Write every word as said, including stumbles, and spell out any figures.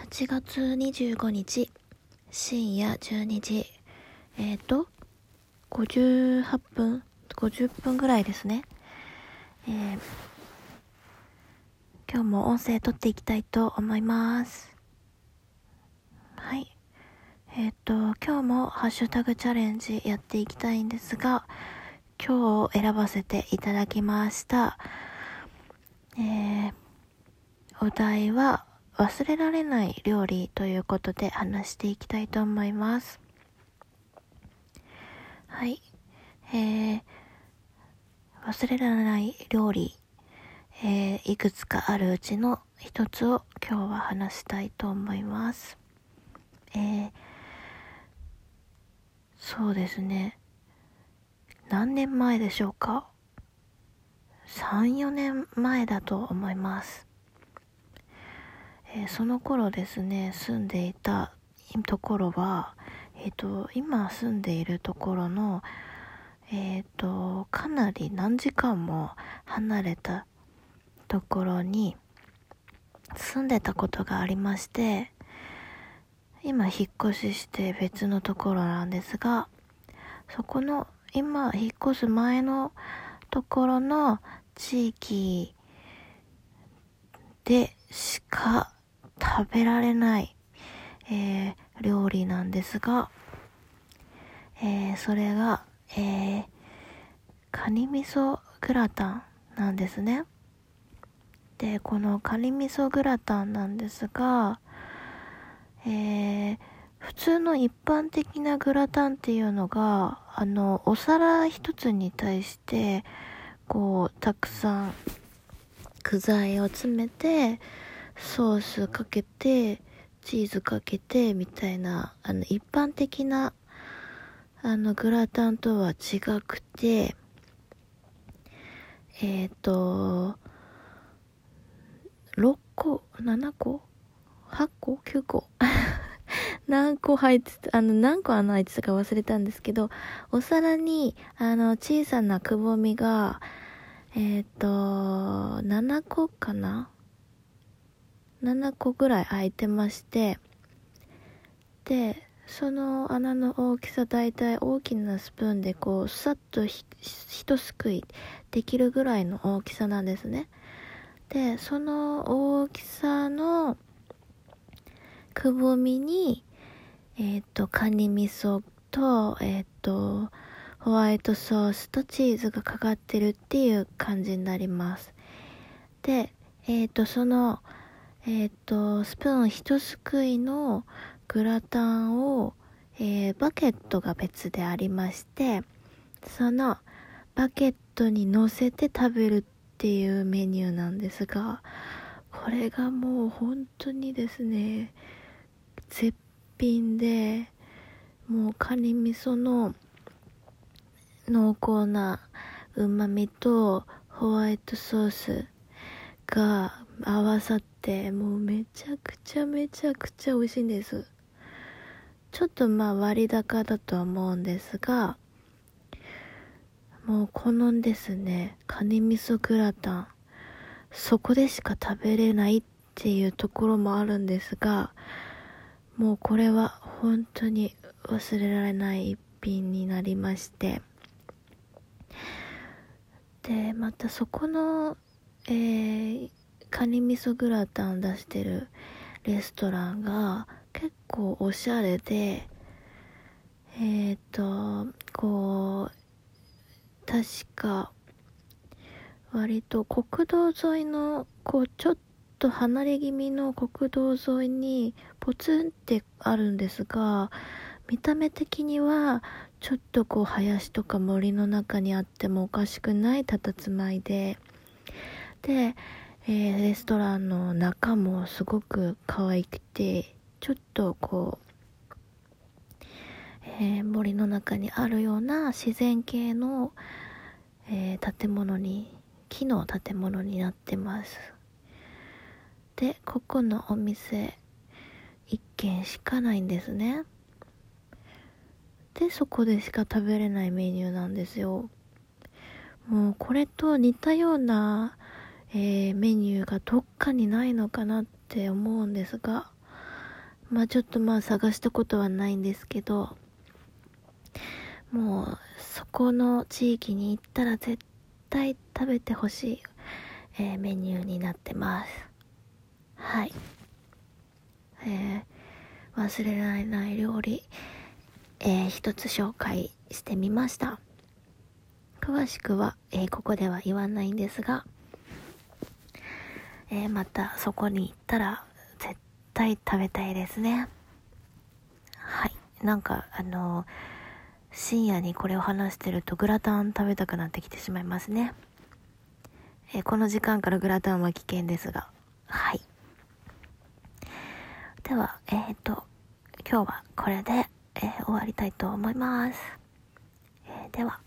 はちがつにじゅうごにち深夜じゅうにじ、えっとごじゅうはっぷんごじゅっぷんぐらいですね。えー、今日も音声撮っていきたいと思います。はい、えっと今日もハッシュタグチャレンジやっていきたいんですが、今日選ばせていただきました。えー、お題は忘れられない料理ということで話していきたいと思います。はい、えー、忘れられない料理、えー、いくつかあるうちの一つを今日は話したいと思います。えー、そうですね、何年前でしょうか。さん、よねんまえだと思います。えー、その頃ですね、住んでいたところは、えっと、今住んでいるところの、えっと、かなり何時間も離れたところに住んでたことがありまして、今引っ越しして別のところなんですが、そこの今引っ越す前のところの地域でしか食べられない、えー、料理なんですが、えー、それが、えー、カニ味噌グラタンなんですね。で、このカニ味噌グラタンなんですが、えー、普通の一般的なグラタンっていうのが、あのお皿一つに対してこうたくさん具材を詰めてソースかけてチーズかけてみたいな、あの一般的なあのグラタンとは違くて、えっとろっこななこはっこきゅうこ何個入ってた、あの何個穴開いてたか忘れたんですけど、お皿にあの小さなくぼみがえっとななこかなななこぐらい開いてまして、でその穴の大きさ、だいたい大きなスプーンでこうさっとひ一すくいできるぐらいの大きさなんですね。でその大きさのくぼみにえっとカニ味噌とえっとホワイトソースとチーズがかかってるっていう感じになります。でえっとそのえっとスプーン一すくいのグラタンを、えー、バケットが別でありまして、そのバケットに乗せて食べるっていうメニューなんですが、これがもう本当にですね絶品で、もうカニ味噌の濃厚な旨味とホワイトソースが合わさって、もうめちゃくちゃめちゃくちゃ美味しいんです。ちょっとまあ割高だとは思うんですが、もうこのですねカニ味噌グラタン、そこでしか食べれないっていうところもあるんですが、もうこれは本当に忘れられない一品になりまして、でまたそこの、えー、カニ味噌グラタン出してるレストランが結構おしゃれで、えっとこう確か割と国道沿いのこうちょっと離れ気味の国道沿いにポツンってあるんですが、見た目的にはちょっとこう林とか森の中にあってもおかしくない佇まいで、で、えー、レストランの中もすごく可愛くて、ちょっとこう、えー、森の中にあるような自然系の、えー、建物に木の建物になってます。でここのお店一軒しかないんですね。でそこでしか食べれないメニューなんですよ。もうこれと似たような、えー、メニューがどっかにないのかなって思うんですが、 まあちょっとまあ探したことはないんですけど、もうそこの地域に行ったら絶対食べてほしい、えー、メニューになってます。はい、えー、忘れられない料理、えー、一つ紹介してみました。詳しくは、えー、ここでは言わないんですが、えー、またそこに行ったら絶対食べたいですね。はい、なんかあのー、深夜にこれを話してるとグラタン食べたくなってきてしまいますね。えー、この時間からグラタンは危険ですが、はい。では、えーと、今日はこれで、えー、終わりたいと思います。えー、では。